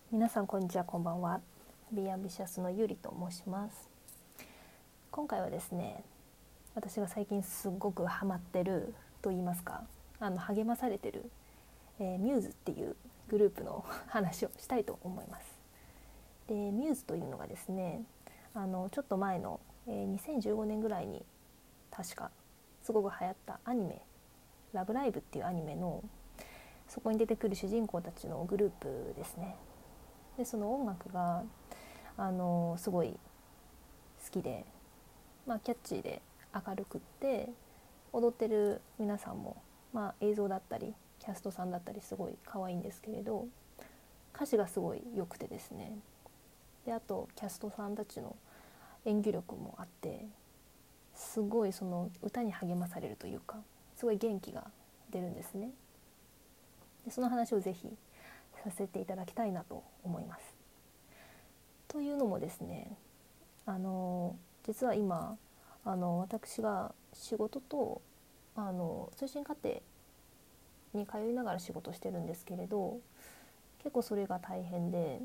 皆さんこんにちは、こんばんは。Be Ambitious のゆりと申します。今回はですね、私が最近すごくハマってると言いますか、励まされてる、ミューズっていうグループの話をしたいと思います。で、ミューズというのがですね、ちょっと前の、2015年ぐらいに確かすごく流行ったアニメ、ラブライブっていうアニメのそこに出てくる主人公たちのグループですね。でその音楽がすごい好きで、キャッチーで明るくって踊ってる皆さんも、映像だったりキャストさんだったりすごい可愛いんですけれど、歌詞がすごい良くてですね、であとキャストさんたちの演技力もあって、すごいその歌に励まされるというか、すごい元気が出るんですね。でその話をぜひさせていただきたいなと思います。というのもですね、実は今私が仕事と通信課程に通いながら仕事してるんですけれど、結構それが大変で、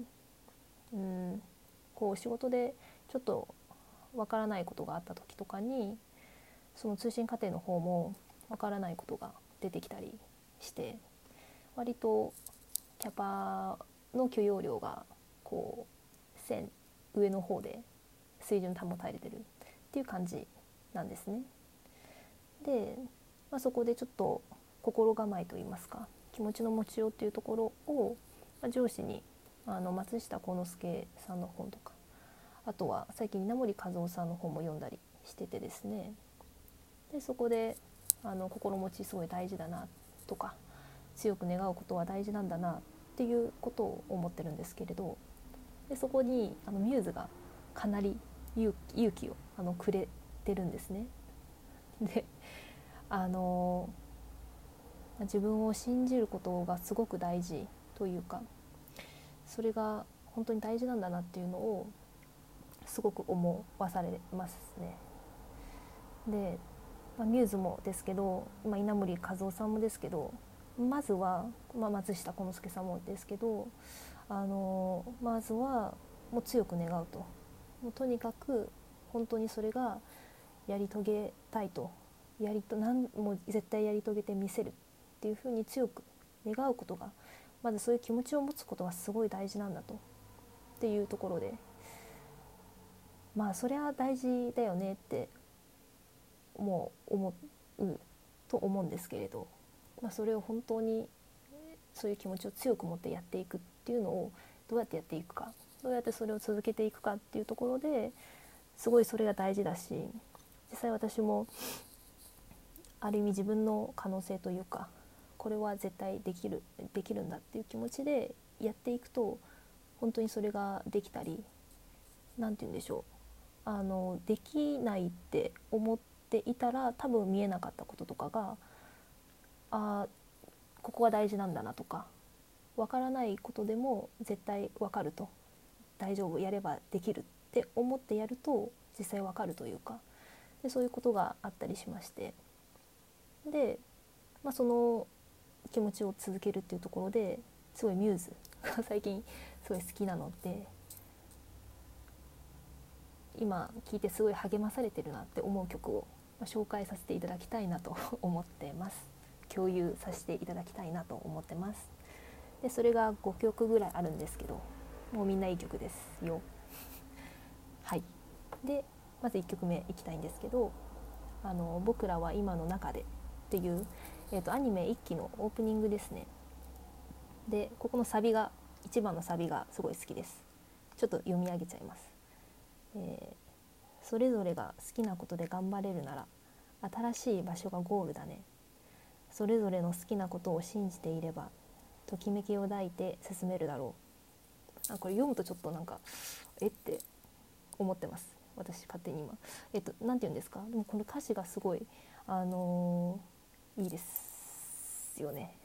こう仕事でちょっとわからないことがあった時とかに、その通信課程の方もわからないことが出てきたりして、割とキャパの許容量がこう上の方で水準保たれてるっていう感じなんですね。で、そこでちょっと心構えといいますか、気持ちの持ちようっていうところを、上司に松下幸之助さんの本とか、あとは最近稲森和夫さんの本も読んだりしててですね、でそこで心持ちすごい大事だなとか、強く願うことは大事なんだなっていうことを思ってるんですけれど、でそこにミューズがかなり勇気をくれてるんですね。で自分を信じることがすごく大事というか、それが本当に大事なんだなっていうのをすごく思わされますね。で、ミューズもですけど、稲森和夫さんもですけど、まずは、松下幸之助さんもですけど、まずはもう強く願うと、もうとにかく本当にそれがやり遂げたいと、もう絶対やり遂げてみせるっていうふうに強く願うことが、まずそういう気持ちを持つことがすごい大事なんだとっていうところで、それは大事だよねってもう思うと思うんですけれど、それを本当にそういう気持ちを強く持ってやっていくっていうのをどうやってやっていくか、どうやってそれを続けていくかっていうところですごいそれが大事だし、実際私もある意味自分の可能性というか、これは絶対できるんだっていう気持ちでやっていくと、本当にそれができたり、なんて言うんでしょう、できないって思っていたら多分見えなかったこととかが、ここが大事なんだなとか、わからないことでも絶対わかると、大丈夫、やればできるって思ってやると実際わかるというか、でそういうことがあったりしまして、で、その気持ちを続けるっていうところですごいミューズが最近すごい好きなので、今聴いてすごい励まされてるなって思う曲を紹介させていただきたいなと思ってます。共有させていただきたいなと思ってます。でそれが5曲ぐらいあるんですけど、もうみんないい曲ですよ。はい。でまず1曲目いきたいんですけど、僕らは今の中でっていう、アニメ1期のオープニングですね。でここのサビが、1番のサビがすごい好きです。ちょっと読み上げちゃいます。それぞれが好きなことで頑張れるなら新しい場所がゴールだね。それぞれの好きなことを信じていればときめきを抱いて進めるだろう。これ読むとちょっとなんかって思ってます、私勝手に今。なんて言うんですか、でもこの歌詞がすごいいいですよね。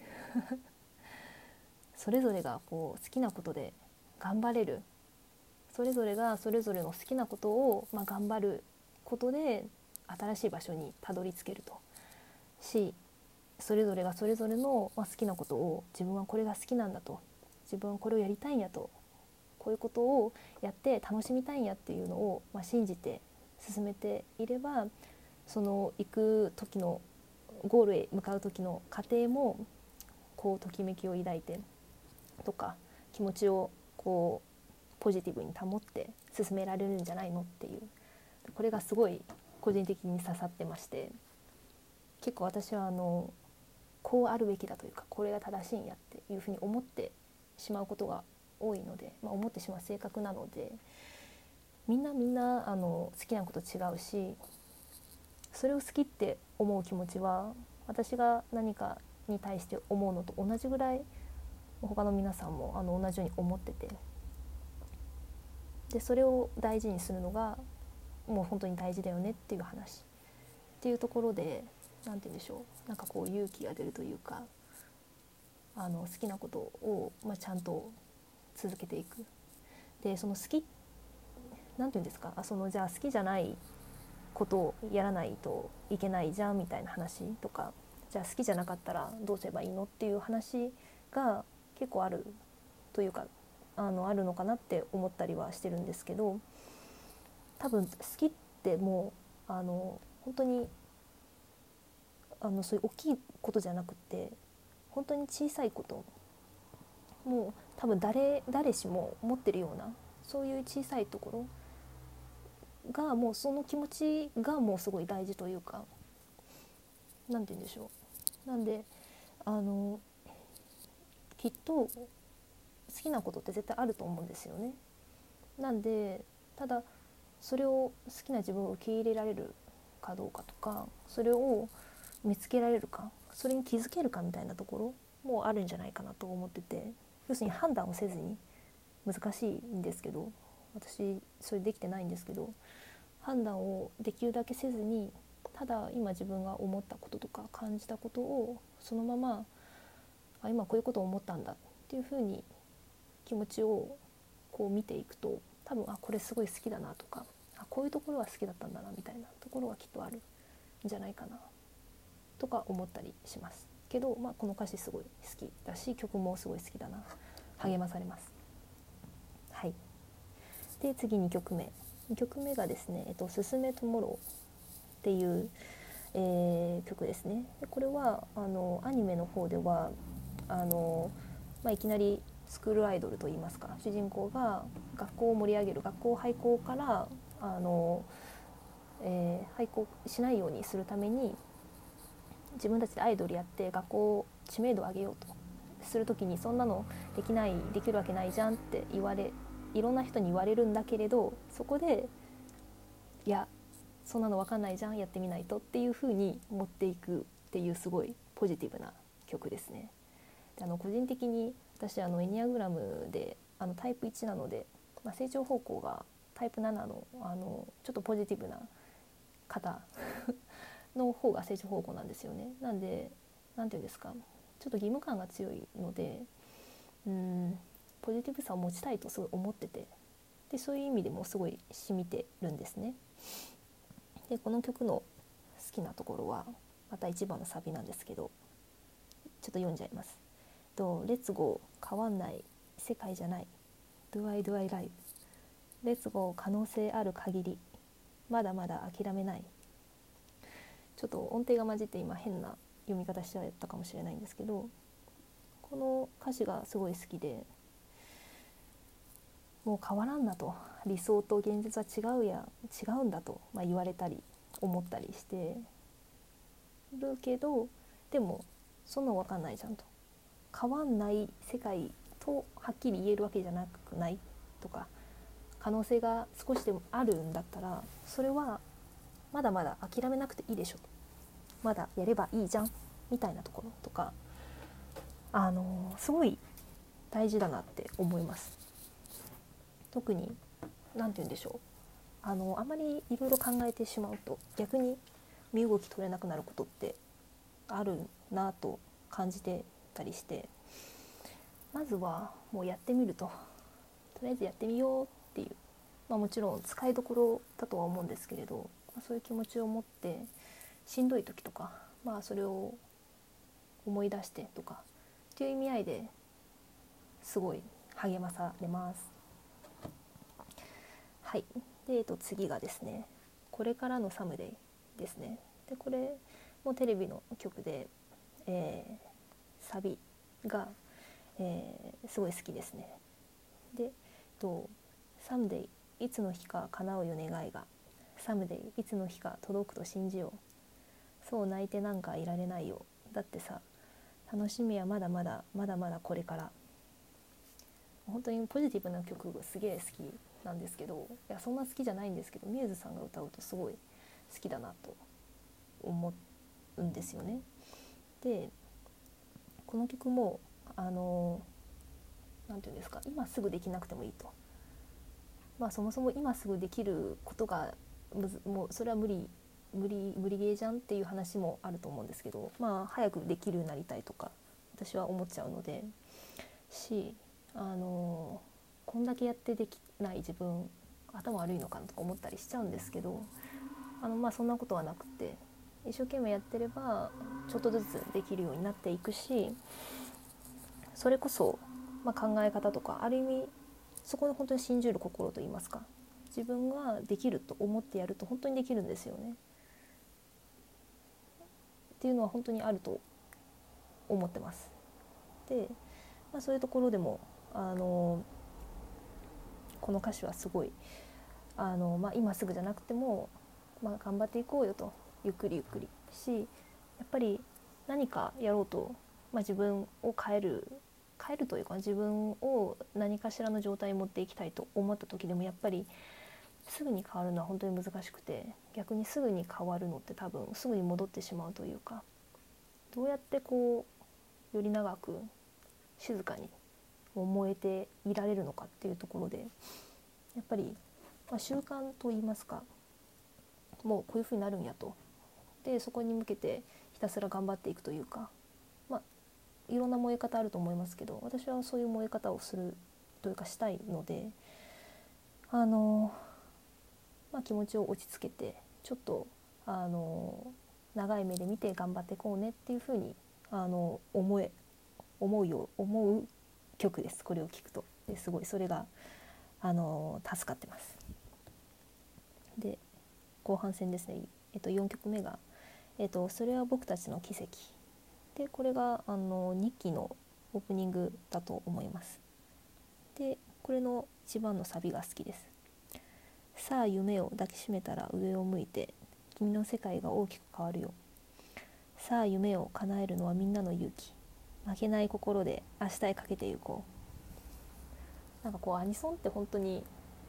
それぞれがこう好きなことで頑張れる、それぞれがそれぞれの好きなことを、頑張ることで新しい場所にたどり着けるとし、それぞれがそれぞれの好きなことを、自分はこれが好きなんだと、自分はこれをやりたいんやとこういうことをやって楽しみたいんやっていうのを、信じて進めていれば、その行く時のゴールへ向かう時の過程もこうときめきを抱いてとか、気持ちをこうポジティブに保って進められるんじゃないのっていう、これがすごい個人的に刺さってまして、結構私はこうあるべきだというか、これが正しいんやっていうふうに思ってしまうことが多いので、思ってしまう性格なので、みんな好きなこと違うし、それを好きって思う気持ちは私が何かに対して思うのと同じぐらい他の皆さんも同じように思ってて、でそれを大事にするのがもう本当に大事だよねっていう話っていうところで、なんて言うんでしょう、なんかこう勇気が出るというか、好きなことを、ちゃんと続けていく。でその好き、なんて言うんですか、じゃあ好きじゃないことをやらないといけないじゃんみたいな話とか、じゃあ好きじゃなかったらどうすればいいのっていう話が結構あるというか、あるのかなって思ったりはしてるんですけど、多分好きってもう本当にそういう大きいことじゃなくて、本当に小さいこと、もう多分誰しも持ってるようなそういう小さいところが、もうその気持ちがもうすごい大事というか、なんて言うんでしょう、なんできっと好きなことって絶対あると思うんですよね。なんでただそれを好きな自分を受け入れられるかどうかとか、それを見つけられるか、それに気づけるかみたいなところもあるんじゃないかなと思ってて、要するに判断をせずに、難しいんですけど、私それできてないんですけど、判断をできるだけせずに、ただ今自分が思ったこととか感じたことをそのまま、今こういうことを思ったんだっていうふうに気持ちをこう見ていくと、多分これすごい好きだなとか、こういうところは好きだったんだなみたいなところがきっとあるんじゃないかなとか思ったりしますけど、この歌詞すごい好きだし、曲もすごい好きだな、励まされます。はい。で次2曲目がですね「すすめトゥモロー」っていう、曲ですね。でこれはアニメの方ではいきなりスクールアイドルといいますか、主人公が学校を盛り上げる、学校廃校から廃校しないようにするために、自分たちでアイドルやって学校知名度を上げようとするときに、そんなのできるわけないじゃんっていろんな人に言われるんだけれど、そこでいやそんなの分かんないじゃん、やってみないとっていう風に持っていくっていう、すごいポジティブな曲ですね。で個人的に私エニアグラムでタイプ1なので、成長方向がタイプ7のちょっとポジティブな方の方が成長方向なんですよね。なんでなんていうんですか、ちょっと義務感が強いので、ポジティブさを持ちたいとすごい思ってて、でそういう意味でもすごい染みてるんですね。でこの曲の好きなところはまた1番のサビなんですけど、ちょっと読んじゃいます。レッツゴー変わんない世界じゃない Do I Do I Live レッツゴー可能性ある限りまだまだ諦めない。ちょっと音程が混じって今変な読み方しちゃったかもしれないんですけど、この歌詞がすごい好きで、もう変わらんなと、理想と現実は違うんだと、言われたり思ったりしてるけど、でもそんなの分かんないじゃんと、変わんない世界とはっきり言えるわけじゃなくないとか、可能性が少しでもあるんだったら、それはまだまだ諦めなくていいでしょと、まだやればいいじゃんみたいなところとか、すごい大事だなって思います。特に何て言うんでしょう、あまりいろいろ考えてしまうと逆に身動き取れなくなることってあるなと感じてたりして、まずはもうやってみると、とりあえずやってみようっていう、もちろん使いどころだとは思うんですけれど、そういう気持ちを持ってしんどい時とか、それを思い出してとかっていう意味合いですごい励まされます。 はい。で、次がですね、これからのサムデイですね。でこれもテレビの曲で、サビが、すごい好きですね。で、サムデイいつの日か叶うよ願いが、サムデイいつの日か届くと信じよう、そう泣いてなんかいられないよ、だってさ楽しみはまだまだまだまだこれから。本当にポジティブな曲がすげえ好きなんですけど、いやそんな好きじゃないんですけど、ミューズさんが歌うとすごい好きだなと思うんですよね。でこの曲もなんていうんですか、今すぐできなくてもいいと、そもそも今すぐできることがもうそれは無理ゲーじゃんっていう話もあると思うんですけど、早くできるようになりたいとか私は思っちゃうのでし、こんだけやってできない自分頭悪いのかなとか思ったりしちゃうんですけど、そんなことはなくて、一生懸命やってればちょっとずつできるようになっていくし、それこそ、考え方とかある意味そこで本当に信じる心といいますか、自分ができると思ってやると本当にできるんですよねっていうのは本当にあると思ってます。で、そういうところでもこの歌詞はすごい今すぐじゃなくても、頑張っていこうよと、ゆっくりゆっくりし、やっぱり何かやろうと、自分を変えるというか、自分を何かしらの状態に持っていきたいと思った時でもやっぱりすぐに変わるのは本当に難しくて、逆にすぐに変わるのって多分すぐに戻ってしまうというか、どうやってこうより長く静かに燃えていられるのかっていうところで、やっぱり、習慣といいますか、もうこういう風になるんやと、でそこに向けてひたすら頑張っていくというか、いろんな燃え方あると思いますけど、私はそういう燃え方をするというかしたいので、気持ちを落ち着けてちょっと長い目で見て頑張っていこうねっていう風に思う曲です。これを聞くとすごいそれが助かってます。で後半戦ですね、4曲目が、それは僕たちの奇跡で、これが2期のオープニングだと思います。でこれの一番のサビが好きです。さあ夢を抱きしめたら上を向いて、君の世界が大きく変わるよ。さあ夢を叶えるのはみんなの勇気、負けない心で明日へかけてゆこう。なんかこうアニソンって本当に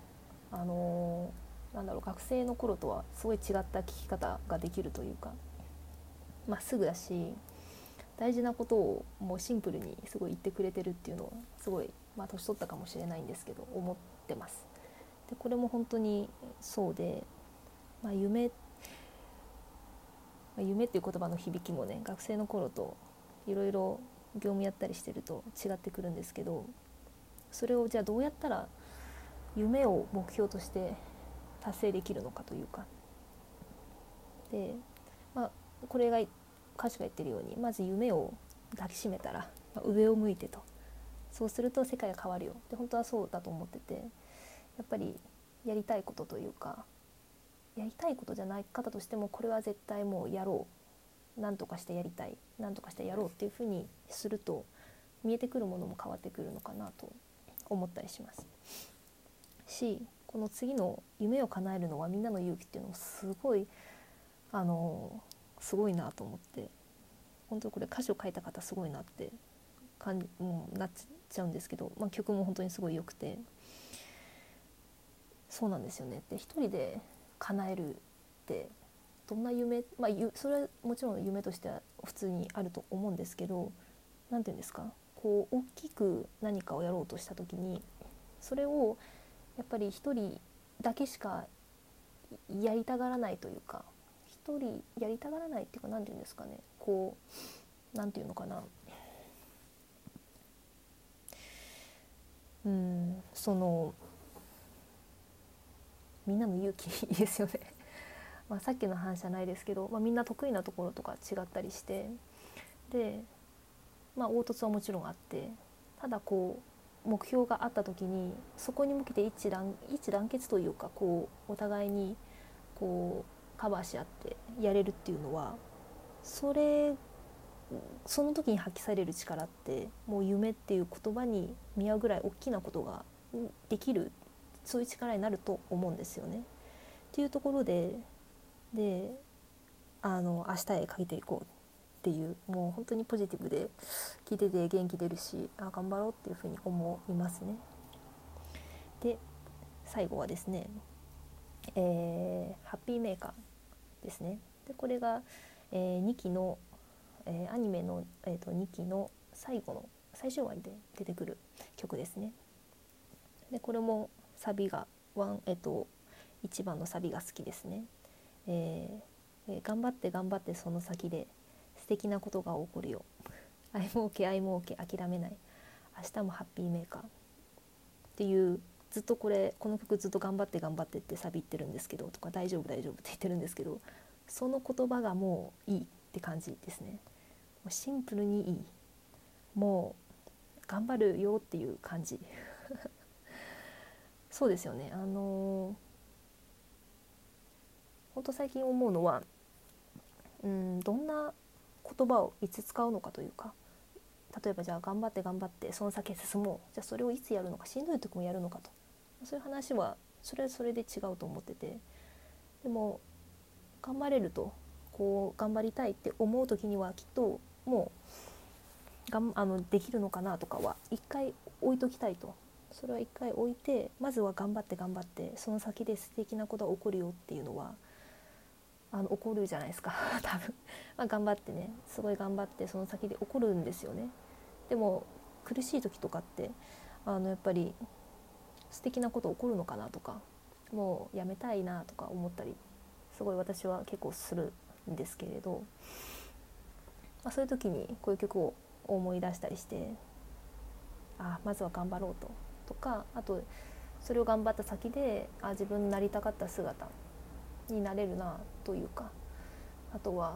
学生の頃とはすごい違った聴き方ができるというか、まっすぐだし大事なことをもうシンプルにすごい言ってくれてるっていうのはすごい、年取ったかもしれないんですけど思ってます。でこれも本当にそうで、夢っていう言葉の響きもね、学生の頃といろいろ業務やったりしてると違ってくるんですけど、それをじゃあどうやったら夢を目標として達成できるのかというかで、これが歌詞が言ってるように、まず夢を抱きしめたら、上を向いてと、そうすると世界が変わるよで、本当はそうだと思ってて、やっぱりやりたいことというか、やりたいことじゃないかったとしてもこれは絶対もうやろう、なんとかしてやりたい、なんとかしてやろうっていうふうにすると見えてくるものも変わってくるのかなと思ったりしますし、この次の夢を叶えるのはみんなの勇気っていうのもすごいすごいなと思って、本当にこれ歌詞を書いた方すごいなってなっちゃうんですけど、曲も本当にすごい良くて、そうなんですよね。で一人で叶えるってどんな夢、それはもちろん夢としては普通にあると思うんですけど、なんていうんですか、こう大きく何かをやろうとした時にそれをやっぱり一人だけしかやりたがらないというか、一人やりたがらないっていうか、なんていうんですかね、こうなんていうのかな、そのみんなの勇気ですよねさっきの話じゃないですけど、みんな得意なところとか違ったりして、で、凹凸はもちろんあって、ただこ目標があった時にそこに向けて一致団結というかこうお互いにこうカバーし合ってやれるっていうのはその時に発揮される力ってもう夢っていう言葉に見合うぐらい大きなことができる、そういう力になると思うんですよね。っていうところで明日へかけていこうっていう、もう本当にポジティブで聞いてて元気出るし、頑張ろうっていうふうに思いますね。で最後はですね、ハッピーメーカーですね。でこれが、2期の、アニメの、2期の最終話で出てくる曲ですね。でこれもサビが1番のサビが好きですね。頑張って頑張ってその先で素敵なことが起こるよ。愛もうけ愛もうけ諦めない。明日もハッピーメーカーっていう、ずっとこの曲ずっと頑張って頑張ってってサビ言ってるんですけどとか大丈夫大丈夫って言ってるんですけど、その言葉がもういいって感じですね。もうシンプルにいい、もう頑張るよっていう感じそうですよね。本当最近思うのは、どんな言葉をいつ使うのかというか、例えばじゃあ頑張って頑張ってその先へ進もう、じゃあそれをいつやるのか、しんどい時もやるのかと、そういう話はそれはそれで違うと思ってて、でも頑張れると、こう頑張りたいって思う時にはきっともうできるのかなとかは一回置いときたいと。それは一回置いて、まずは頑張って頑張ってその先で素敵なことが起こるよっていうのは起こるじゃないですか多分頑張ってね、すごい頑張ってその先で起こるんですよね。でも苦しい時とかってやっぱり素敵なこと起こるのかなとか、もうやめたいなとか思ったりすごい私は結構するんですけれど、そういう時にこういう曲を思い出したりして、まずは頑張ろうとか、あとそれを頑張った先で自分のなりたかった姿になれるなというか、あとは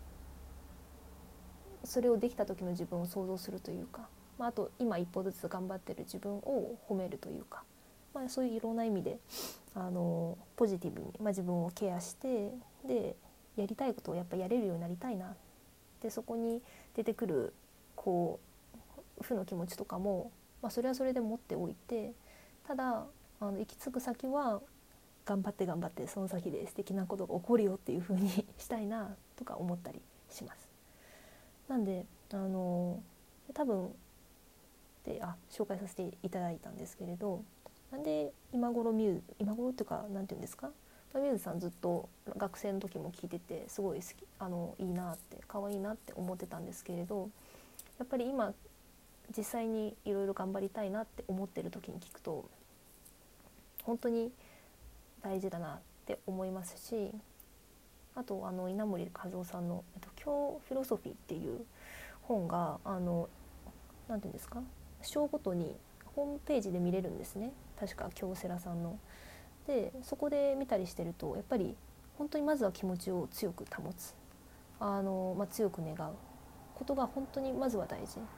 それをできた時の自分を想像するというか、あと今一歩ずつ頑張ってる自分を褒めるというか、そういういろんな意味でポジティブに、自分をケアして、でやりたいことをやっぱやれるようになりたいなで、そこに出てくるこう負の気持ちとかも、それはそれで持っておいて、ただ行き着く先は頑張って頑張ってその先で素敵なことが起こるよっていう風にしたいなとか思ったりします。なんで多分で紹介させていただいたんですけれど、なんで今頃っていうかなんていうんですか、ミューズさんずっと学生の時も聴いててすごい好き、いいなって可愛いなって思ってたんですけれど、やっぱり今実際にいろいろ頑張りたいなって思ってる時に聞くと本当に大事だなって思いますし、あと稲森和夫さんの「今日フィロソフィー」っていう本がなんていうんですか、章ごとにホームページで見れるんですね、確か京セラさんの。でそこで見たりしてると、やっぱり本当にまずは気持ちを強く保つ、強く願うことが本当にまずは大事。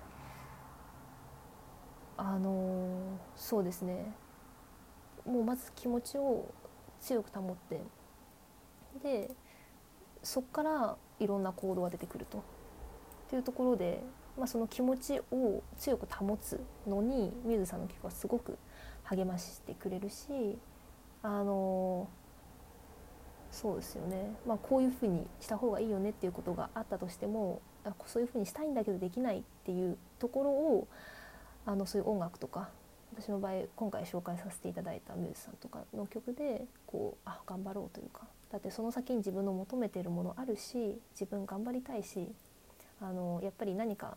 そうですね、もうまず気持ちを強く保って、でそこからいろんな行動が出てくるとっていうところで、その気持ちを強く保つのにミューズさんの曲はすごく励ましてくれるし、そうですよね、こういうふうにした方がいいよねっていうことがあったとしても、そういうふうにしたいんだけどできないっていうところをそういう音楽とか、私の場合今回紹介させていただいたミューズさんとかの曲で頑張ろうというか、だってその先に自分の求めているものあるし、自分頑張りたいし、やっぱり何か、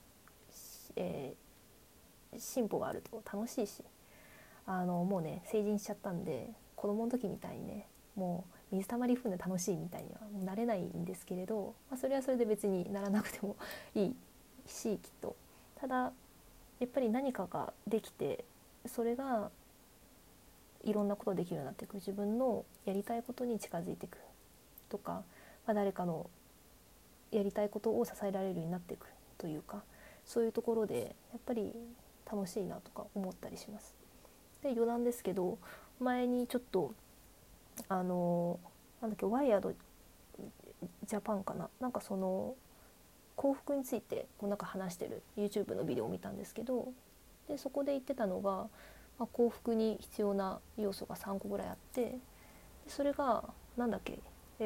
進歩があると楽しいし、もうね成人しちゃったんで子供の時みたいにね、もう水たまり踏んで楽しいみたいにはもうなれないんですけれど、それはそれで別にならなくてもいいし、きっとただやっぱり何かができて、それがいろんなことできるようになっていく、自分のやりたいことに近づいていくとか、誰かのやりたいことを支えられるようになっていくというか、そういうところでやっぱり楽しいなとか思ったりします。で余談ですけど、前にちょっとなんだっけ、ワイヤードジャパンかな、なんかその幸福についてこうなんか話してる YouTube のビデオを見たんですけど、でそこで言ってたのが、幸福に必要な要素が3個ぐらいあって、それがなんだっけ、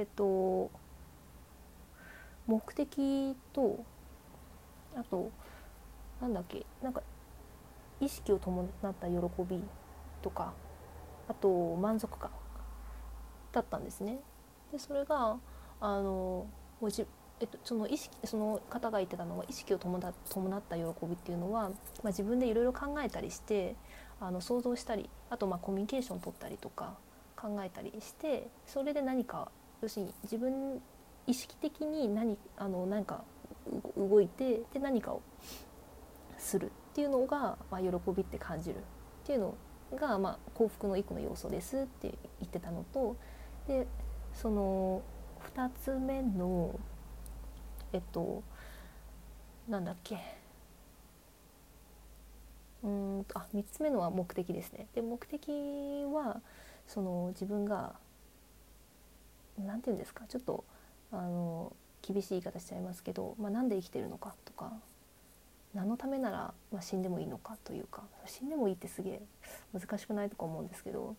目的と、あとなんだっけ、なんか意識を伴った喜びとか、あと満足感だったんですね。でそれがもうその意識、その方が言ってたのは、意識を伴った喜びっていうのは、自分でいろいろ考えたりして、想像したり、あとコミュニケーション取ったりとか考えたりして、それで何か、要するに自分意識的に何か動いて、で何かをするっていうのが、喜びって感じるっていうのが、幸福の一個の要素ですって言ってたのと、でその2つ目のなんだっけ、3つ目のは目的ですね。で目的はその自分がなんていうんですか、ちょっと厳しい言い方しちゃいますけど、なんで生きてるのかとか、何のためなら、死んでもいいのかというか、死んでもいいってすげえ難しくないとか思うんですけど、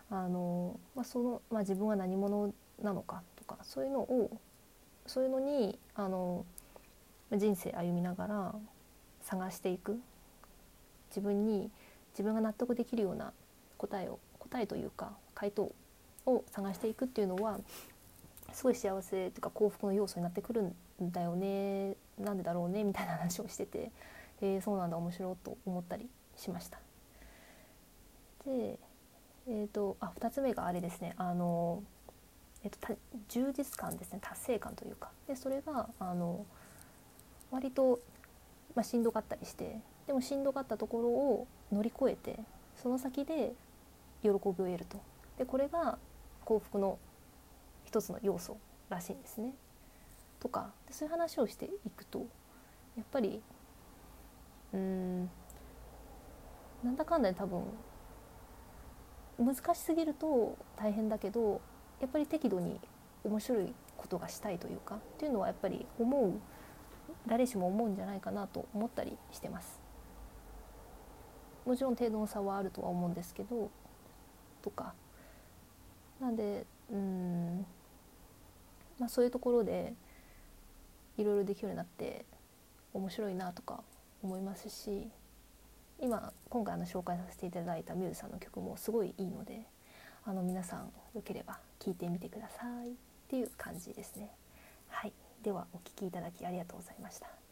自分は何者なのかとか、そういうのに人生歩みながら探していく、自分が納得できるような答えというか回答を探していくっていうのは、すごい幸せというか幸福の要素になってくるんだよね、なんでだろうねみたいな話をしてて、そうなんだ、面白いと思ったりしました。で、2つ目があれですね、充実感ですね、達成感というか、でそれが割と、しんどかったりして、でもしんどかったところを乗り越えて、その先で喜びを得ると。でこれが幸福の一つの要素らしいんですね。とかで、そういう話をしていくと、やっぱりなんだかんだで多分難しすぎると大変だけど、やっぱり適度に面白いことがしたいというかっていうのはやっぱり誰しも思うんじゃないかなと思ったりしてます。もちろん程度の差はあるとは思うんですけど、とかなんでそういうところでいろいろできるようになって面白いなとか思いますし、今回紹介させていただいたミューズさんの曲もすごいいいので、皆さんよければ聴いてみてくださいっていう感じですね。はい、ではお聴きいただきありがとうございました。